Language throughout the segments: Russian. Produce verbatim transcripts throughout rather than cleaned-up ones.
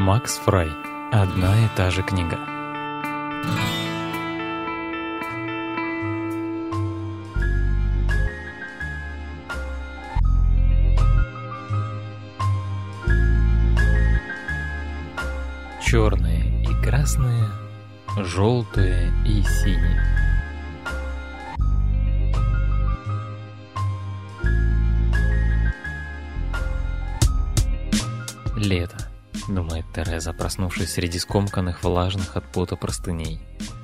Макс Фрай. Одна и та же книга. Черные и красные, желтые и синие. Лето, думает Тереза, проснувшись среди скомканных, влажных от пота простыней.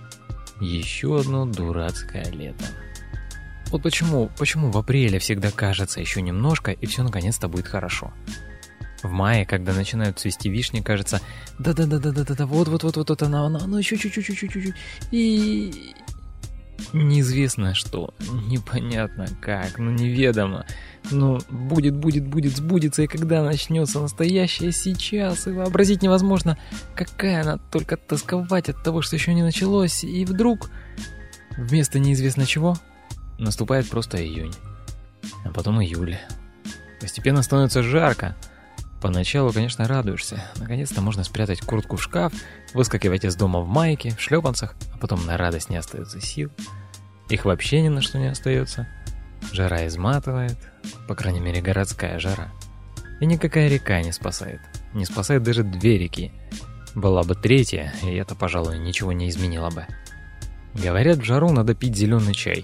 Еще одно дурацкое лето. Вот почему, почему в апреле всегда кажется еще немножко, и все наконец-то будет хорошо. В мае, когда начинают цвести вишни, кажется, да-да-да-да-да-да, вот-вот-вот-вот она, она, она еще чуть-чуть-чуть-чуть, и... Неизвестно что, непонятно как, ну неведомо. Но будет, будет, будет, сбудется, и когда начнется настоящее сейчас, и вообразить невозможно, какая она только тосковать от того, что еще не началось, и вдруг вместо неизвестно чего наступает просто июнь, а потом июль. Постепенно становится жарко. Поначалу, конечно, радуешься. Наконец-то можно спрятать куртку в шкаф, выскакивать из дома в майке, в шлепанцах, а потом на радость не остается сил. Их вообще ни на что не остается. Жара изматывает, по крайней мере, городская жара. И никакая река не спасает. Не спасает даже две реки. Была бы третья, и это, пожалуй, ничего не изменило бы. Говорят, в жару надо пить зеленый чай.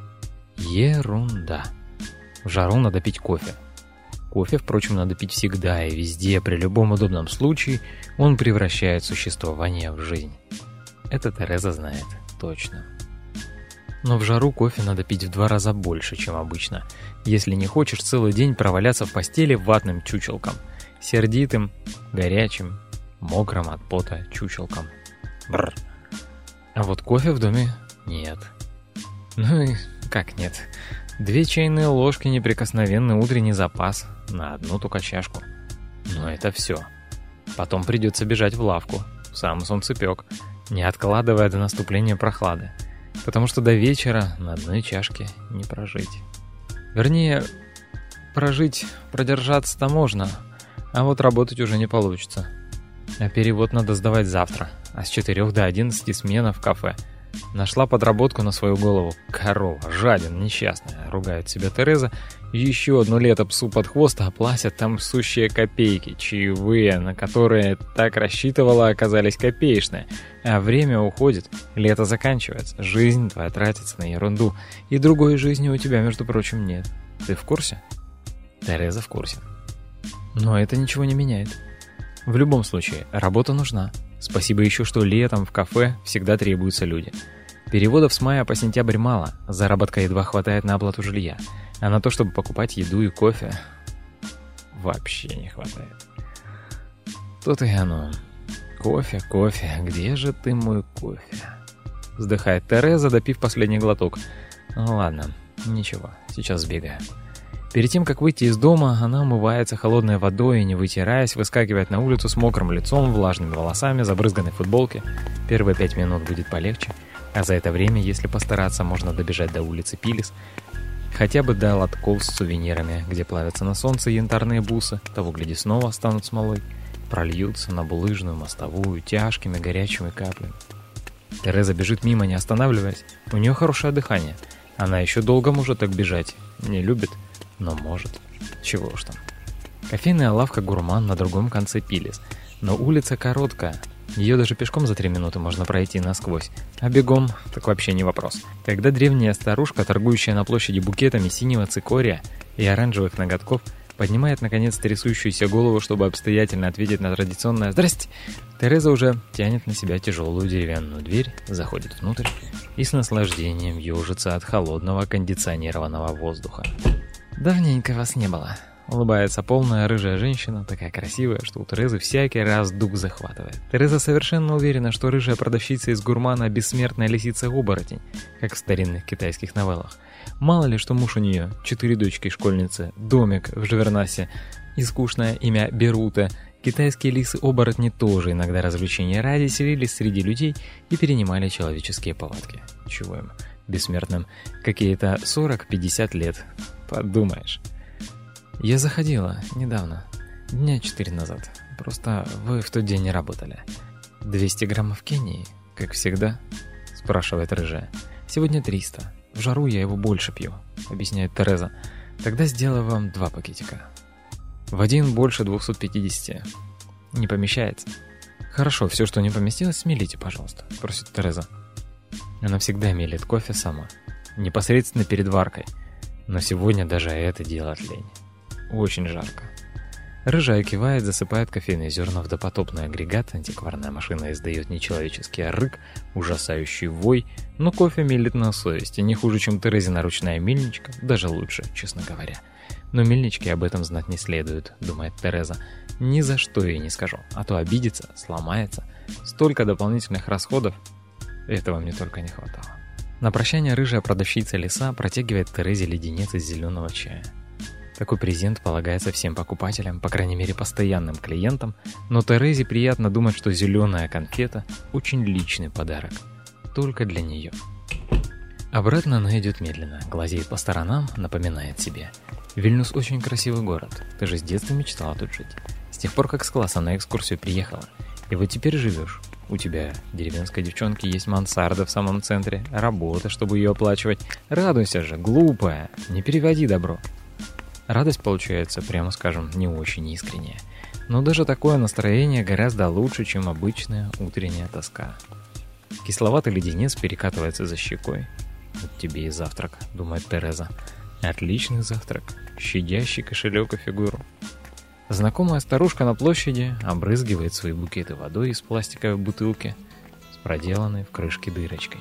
Ерунда. В жару надо пить кофе. Кофе, впрочем, надо пить всегда и везде, при любом удобном случае, он превращает существование в жизнь. Это Тереза знает, точно. Но в жару кофе надо пить в два раза больше, чем обычно, если не хочешь целый день проваляться в постели ватным чучелком, сердитым, горячим, мокрым от пота чучелком. Бррр. А вот кофе в доме нет. Ну и как нет? Две чайные ложки, неприкосновенный утренний запас на одну только чашку. Но это все. Потом придется бежать в лавку, в сам солнцепек, не откладывая до наступления прохлады. Потому что до вечера на одной чашке не прожить. Вернее, прожить, продержаться-то можно, а вот работать уже не получится. А перевод надо сдавать завтра, а с четырёх до одиннадцати смена в кафе. Нашла подработку на свою голову. Корова, жадин, несчастная, ругает себя Тереза. Еще одно лето псу под хвост, а платят там сущие копейки. Чаевые, на которые так рассчитывала, оказались копеечные. А время уходит, лето заканчивается, жизнь твоя тратится на ерунду. И другой жизни у тебя, между прочим, нет. Ты в курсе? Тереза в курсе. Но это ничего не меняет. В любом случае, работа нужна. Спасибо еще, что летом в кафе всегда требуются люди. Переводов с мая по сентябрь мало, заработка едва хватает на оплату жилья, а на то, чтобы покупать еду и кофе, вообще не хватает. То-то и оно. Кофе, кофе, где же ты, мой кофе? Вздыхает Тереза, допив последний глоток. Ну ладно, ничего, сейчас сбегаю. Перед тем, как выйти из дома, она умывается холодной водой и, не вытираясь, выскакивает на улицу с мокрым лицом, влажными волосами, забрызганной футболке. Первые пять минут будет полегче, а за это время, если постараться, можно добежать до улицы Пилис, хотя бы до лотков с сувенирами, где плавятся на солнце янтарные бусы, того гляди снова станут смолой, прольются на булыжную мостовую тяжкими горячими каплями. Тереза бежит мимо, не останавливаясь. У нее хорошее дыхание. Она еще долго может так бежать. Не любит, но может. Чего уж там. Кофейная лавка «Гурман» на другом конце Пилис. Но улица короткая. Ее даже пешком за три минуты можно пройти насквозь. А бегом так вообще не вопрос. Тогда древняя старушка, торгующая на площади букетами синего цикория и оранжевых ноготков, поднимает, наконец, трясущуюся голову, чтобы обстоятельно ответить на традиционное «Здрасте!». Тереза уже тянет на себя тяжелую деревянную дверь, заходит внутрь и с наслаждением ежится от холодного кондиционированного воздуха. «Давненько вас не было», — улыбается полная рыжая женщина, такая красивая, что у Терезы всякий раз дух захватывает. Тереза совершенно уверена, что рыжая продавщица из «Гурмана» — бессмертная лисица-оборотень, как в старинных китайских новеллах. Мало ли, что муж у нее, четыре дочки-школьницы, домик в Живернасе и скучное имя Берута. Китайские лисы-оборотни тоже иногда развлечения ради селились среди людей и перенимали человеческие повадки. Чего им, бессмертным, какие-то сорок-пятьдесят лет. Подумаешь. Я заходила недавно, дня четыре назад. Просто вы в тот день не работали. двести граммов кении, как всегда?» — спрашивает рыжая. «Сегодня триста. В жару я его больше пью», — объясняет Тереза. «Тогда сделаю вам два пакетика». «В один больше двухсот пятидесяти. Не помещается?» «Хорошо, все, что не поместилось, смелите, пожалуйста», — просит Тереза. Она всегда мелит кофе сама, непосредственно перед варкой. Но сегодня даже это делать лень. Очень жарко. Рыжая кивает, засыпает кофейные зерна в допотопный агрегат, антикварная машина издает нечеловеческий рык, ужасающий вой, но кофе мелит на совести, не хуже, чем Терезина ручная мельничка, даже лучше, честно говоря. Но мельничке об этом знать не следует, думает Тереза. Ни за что ей не скажу, а то обидится, сломается. Столько дополнительных расходов, этого мне только не хватало. На прощание рыжая продавщица леса протягивает Терезе леденец из зеленого чая. Такой презент полагается всем покупателям, по крайней мере постоянным клиентам, но Терезе приятно думать, что зеленая конфета – очень личный подарок. Только для нее. Обратно она идет медленно, глазеет по сторонам, напоминает себе. Вильнюс очень красивый город, ты же с детства мечтала тут жить. С тех пор, как с класса на экскурсию приехала. И вот теперь живешь. У тебя, деревенской девчонки, есть мансарда в самом центре, работа, чтобы ее оплачивать. Радуйся же, глупая, не переводи добро. Радость получается, прямо скажем, не очень искренняя. Но даже такое настроение гораздо лучше, чем обычная утренняя тоска. Кисловатый леденец перекатывается за щекой. Вот тебе и завтрак, думает Тереза. Отличный завтрак, щадящий кошелек и фигуру. Знакомая старушка на площади обрызгивает свои букеты водой из пластиковой бутылки с проделанной в крышке дырочкой.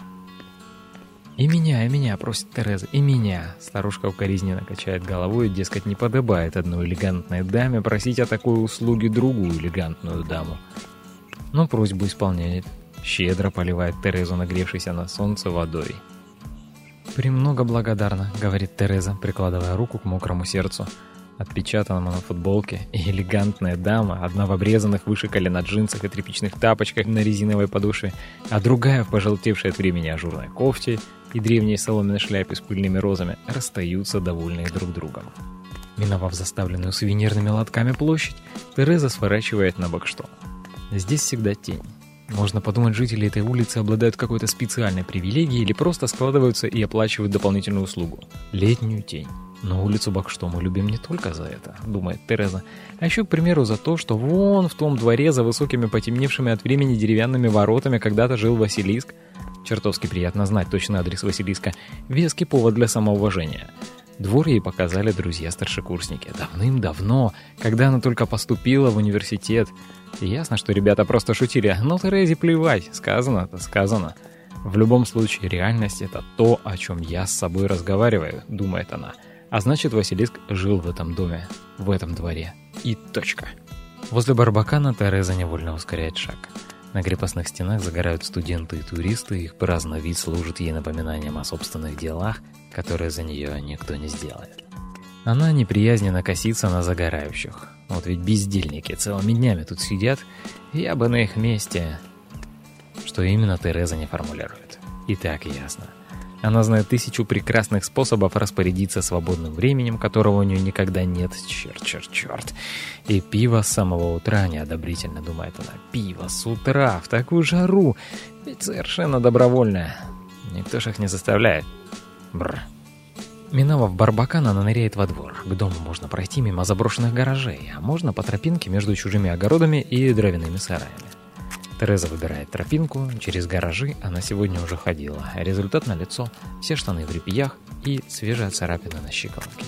«И меня, и меня», — просит Тереза, — «и меня». Старушка укоризненно качает головой, дескать, не подобает одной элегантной даме просить о такой услуге другую элегантную даму. Но просьбу исполняет, щедро поливает Терезу, нагревшейся на солнце, водой. «Премного благодарна», — говорит Тереза, прикладывая руку к мокрому сердцу. Отпечатанному на футболке, и элегантная дама, одна в обрезанных выше колена джинсах и тряпичных тапочках на резиновой подошве, а другая в пожелтевшей от времени ажурной кофте и древней соломенной шляпе с пыльными розами, расстаются довольные друг другом. Миновав заставленную сувенирными лотками площадь, Тереза сворачивает на бок что. Здесь всегда тень. Можно подумать, жители этой улицы обладают какой-то специальной привилегией или просто складываются и оплачивают дополнительную услугу – летнюю тень. Но улицу Бакшто мы любим не только за это, думает Тереза, а еще, к примеру, за то, что вон в том дворе за высокими потемневшими от времени деревянными воротами когда-то жил Василиск. Чертовски приятно знать точный адрес Василиска. Веский повод для самоуважения. Двор ей показали друзья-старшекурсники. Давным-давно, когда она только поступила в университет. И ясно, что ребята просто шутили, но Терезе плевать, сказано-то сказано. В любом случае, реальность — это то, о чем я с собой разговариваю, думает она. А значит, Василиск жил в этом доме, в этом дворе. И точка. Возле Барбакана Тереза невольно ускоряет шаг. На крепостных стенах загорают студенты и туристы, их праздный вид служит ей напоминанием о собственных делах, которые за нее никто не сделает. Она неприязненно косится на загорающих. Вот ведь бездельники целыми днями тут сидят, я бы на их месте... Что именно, Тереза не формулирует. И так ясно. Она знает тысячу прекрасных способов распорядиться свободным временем, которого у нее никогда нет. Черт, черт, черт. И пиво с самого утра, неодобрительно думает она. Пиво с утра, в такую жару. Ведь совершенно добровольное. Никто ж их не заставляет. Бррр. Миновав Барбакан, она ныряет во двор. К дому можно пройти мимо заброшенных гаражей, а можно по тропинке между чужими огородами и дровяными сараями. Тереза выбирает тропинку, через гаражи она сегодня уже ходила. Результат налицо: все штаны в репьях и свежая царапина на щиколотке.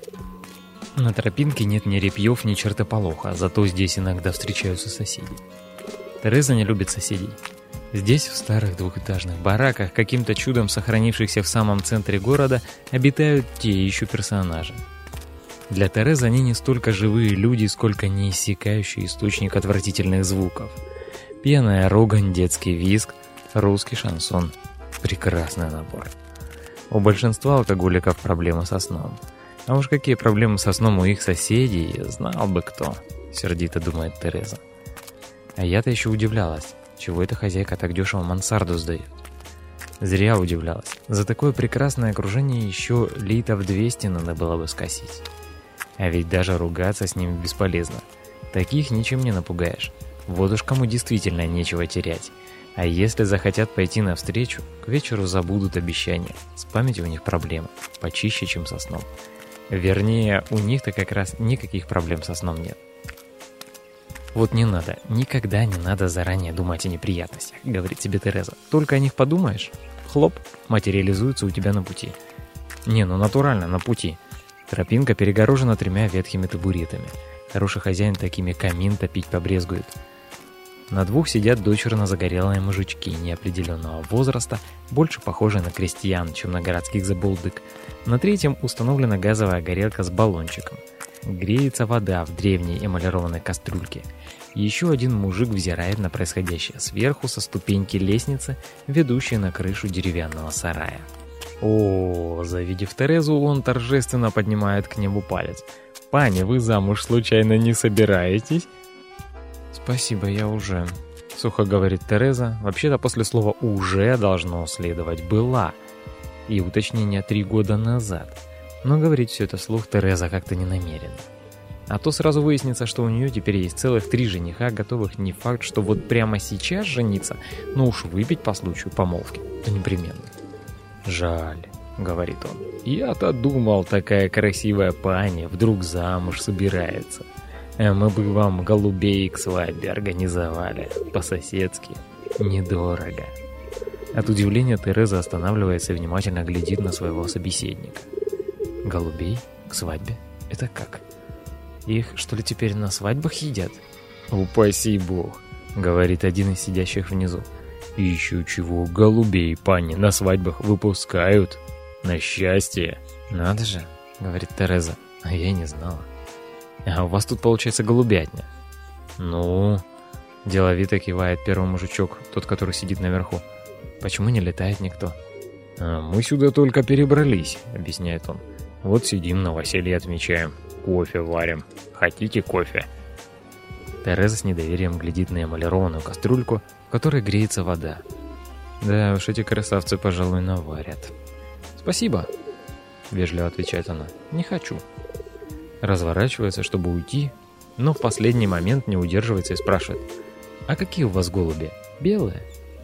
На тропинке нет ни репьев, ни чертополоха, зато здесь иногда встречаются соседи. Тереза не любит соседей. Здесь, в старых двухэтажных бараках, каким-то чудом сохранившихся в самом центре города, обитают те еще персонажи. Для Терезы они не столько живые люди, сколько неиссякающий источник отвратительных звуков. Пьяная ругань, детский визг, русский шансон. Прекрасный набор. У большинства алкоголиков проблемы со сном. А уж какие проблемы со сном у их соседей, знал бы кто, сердито думает Тереза. А я-то еще удивлялась, чего эта хозяйка так дешево мансарду сдает. Зря удивлялась. За такое прекрасное окружение еще литов двести надо было бы скосить. А ведь даже ругаться с ними бесполезно. Таких ничем не напугаешь. Вот уж кому действительно нечего терять. А если захотят пойти навстречу, к вечеру забудут обещания. С памятью у них проблемы, почище, чем со сном. Вернее, у них-то как раз никаких проблем со сном нет. Вот не надо, никогда не надо заранее думать о неприятностях, говорит тебе Тереза. Только о них подумаешь, хлоп, материализуется у тебя на пути. Не, ну натурально, на пути. Тропинка перегорожена тремя ветхими табуретами. Хороший хозяин такими камин топить побрезгует. На двух сидят дочерно загорелые мужички неопределенного возраста, больше похожие на крестьян, чем на городских забулдык. На третьем установлена газовая горелка с баллончиком. Греется вода в древней эмалированной кастрюльке. Еще один мужик взирает на происходящее сверху со ступеньки лестницы, ведущей на крышу деревянного сарая. О, завидев Терезу, он торжественно поднимает к небу палец. «Пани, вы замуж случайно не собираетесь?» «Спасибо, я уже», — сухо говорит Тереза. Вообще-то после слова «уже» должно следовать «была». И уточнение три года назад. Но говорить все это вслух Тереза как-то не намерена. А то сразу выяснится, что у нее теперь есть целых три жениха, готовых не факт, что вот прямо сейчас жениться, но уж выпить по случаю помолвки, то непременно. «Жаль», — говорит он. «Я-то думал, такая красивая паня вдруг замуж собирается. А мы бы вам голубей к свадьбе организовали, по-соседски, недорого». От удивления Тереза останавливается и внимательно глядит на своего собеседника. «Голубей? К свадьбе? Это как? Их, что ли, теперь на свадьбах едят?» «Упаси бог», — говорит один из сидящих внизу. «Еще чего, голубей, пани, на свадьбах выпускают. На счастье». «Надо же», — говорит Тереза, — «а я и не знала». «А у вас тут, получается, голубятня?» «Ну...» — деловито кивает первый мужичок, тот, который сидит наверху. «Почему не летает никто?» «А мы сюда только перебрались», — объясняет он. «Вот сидим, новоселье отмечаем, кофе варим. Хотите кофе?» Тереза с недоверием глядит на эмалированную кастрюльку, в которой греется вода. «Да уж, эти красавцы, пожалуй, наварят». «Спасибо», — вежливо отвечает она. «Не хочу». Разворачивается, чтобы уйти, но в последний момент не удерживается и спрашивает: «А какие у вас голуби? Белые?»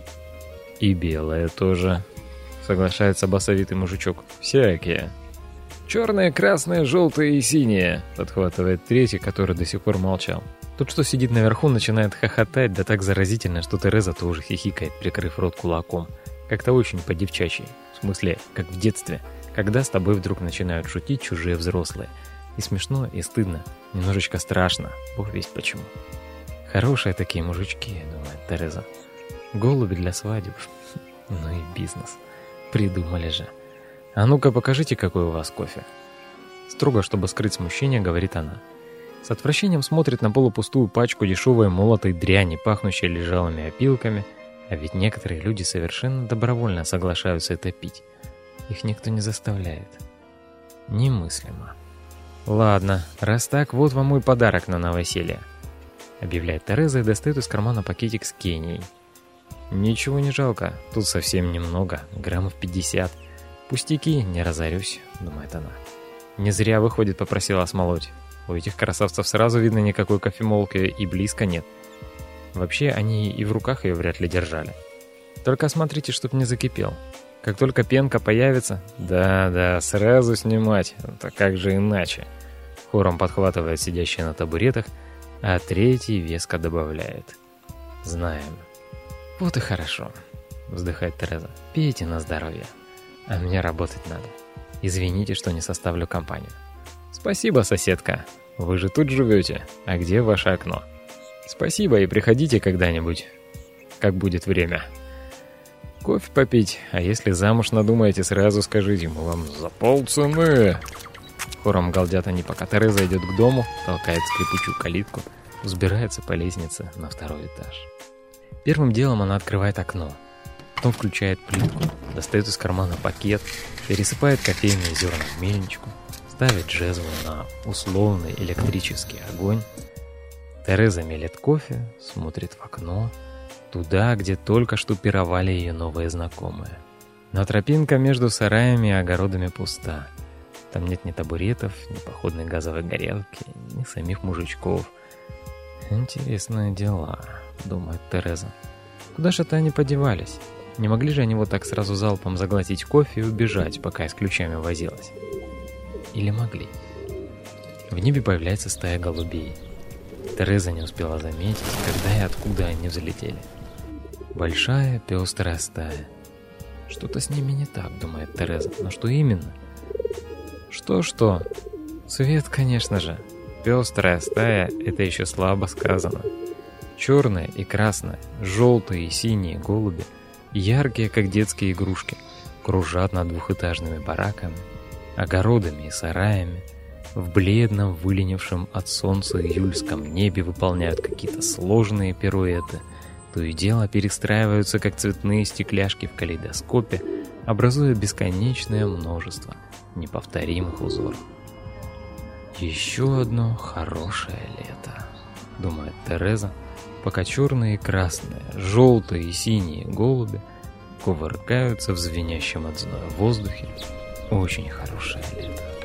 «И белые тоже», — соглашается басовитый мужичок. «Всякие». «Черные, красные, желтые и синие», — подхватывает третий, который до сих пор молчал. Тот, что сидит наверху, начинает хохотать, да так заразительно, что Тереза тоже хихикает, прикрыв рот кулаком. Как-то очень по-девчачьи. В смысле, как в детстве, когда с тобой вдруг начинают шутить чужие взрослые. И смешно, и стыдно, немножечко страшно, бог весть почему. Хорошие такие мужички, думает Тереза. Голуби для свадеб. Ну и бизнес. Придумали же. А ну-ка покажите, какой у вас кофе. Строго, чтобы скрыть смущение, говорит она. С отвращением смотрит на полупустую пачку дешевой молотой дряни, пахнущей лежалыми опилками. А ведь некоторые люди совершенно добровольно соглашаются это пить. Их никто не заставляет. Немыслимо. «Ладно, раз так, вот вам мой подарок на новоселье», — объявляет Тереза и достает из кармана пакетик с кенией. «Ничего не жалко, тут совсем немного, граммов пятьдесят. Пустяки, не разорюсь», — думает она. «Не зря, выходит, попросила смолоть. У этих красавцев сразу видно, никакой кофемолки и близко нет. Вообще, они и в руках ее вряд ли держали. Только смотрите, чтоб не закипел. Как только пенка появится, да-да, сразу снимать, это как же иначе», — хором подхватывает сидящие на табуретах, а третий веско добавляет: «Знаем». «Вот и хорошо», — вздыхает Тереза. «Пейте на здоровье. А мне работать надо. Извините, что не составлю компанию». «Спасибо, соседка. Вы же тут живете. А где ваше окно?» «Спасибо и приходите когда-нибудь, как будет время. Кофе попить, а если замуж надумаете, сразу скажите, мы вам за полцены». Хором галдят они, пока Тереза идет к дому, толкает скрипучую калитку, взбирается по лестнице на второй этаж. Первым делом она открывает окно, потом включает плитку, достает из кармана пакет, пересыпает кофейные зерна в мельничку, ставит жезл на условный электрический огонь. Тереза мелет кофе, смотрит в окно, туда, где только что пировали ее новые знакомые. Но тропинка между сараями и огородами пуста. Там нет ни табуретов, ни походной газовой горелки, ни самих мужичков. Интересные дела, думает Тереза. Куда же это они подевались? Не могли же они вот так сразу залпом заглотить кофе и убежать, пока я с ключами возилась? Или могли? В небе появляется стая голубей. Тереза не успела заметить, когда и откуда они взлетели. Большая пестрая стая. Что-то с ними не так, думает Тереза. Но что именно? Что-что? Цвет, конечно же. Пестрая стая — это еще слабо сказано. Черные и красные, желтые и синие голуби, яркие, как детские игрушки, кружат над двухэтажными бараками, огородами и сараями, в бледном, выленившем от солнца июльском небе выполняют какие-то сложные пируэты, то и дело перестраиваются, как цветные стекляшки в калейдоскопе, образуя бесконечное множество неповторимых узоров. «Еще одно хорошее лето», — думает Тереза, пока черные и красные, желтые и синие голуби кувыркаются в звенящем от зноя воздухе. Очень хорошее лето.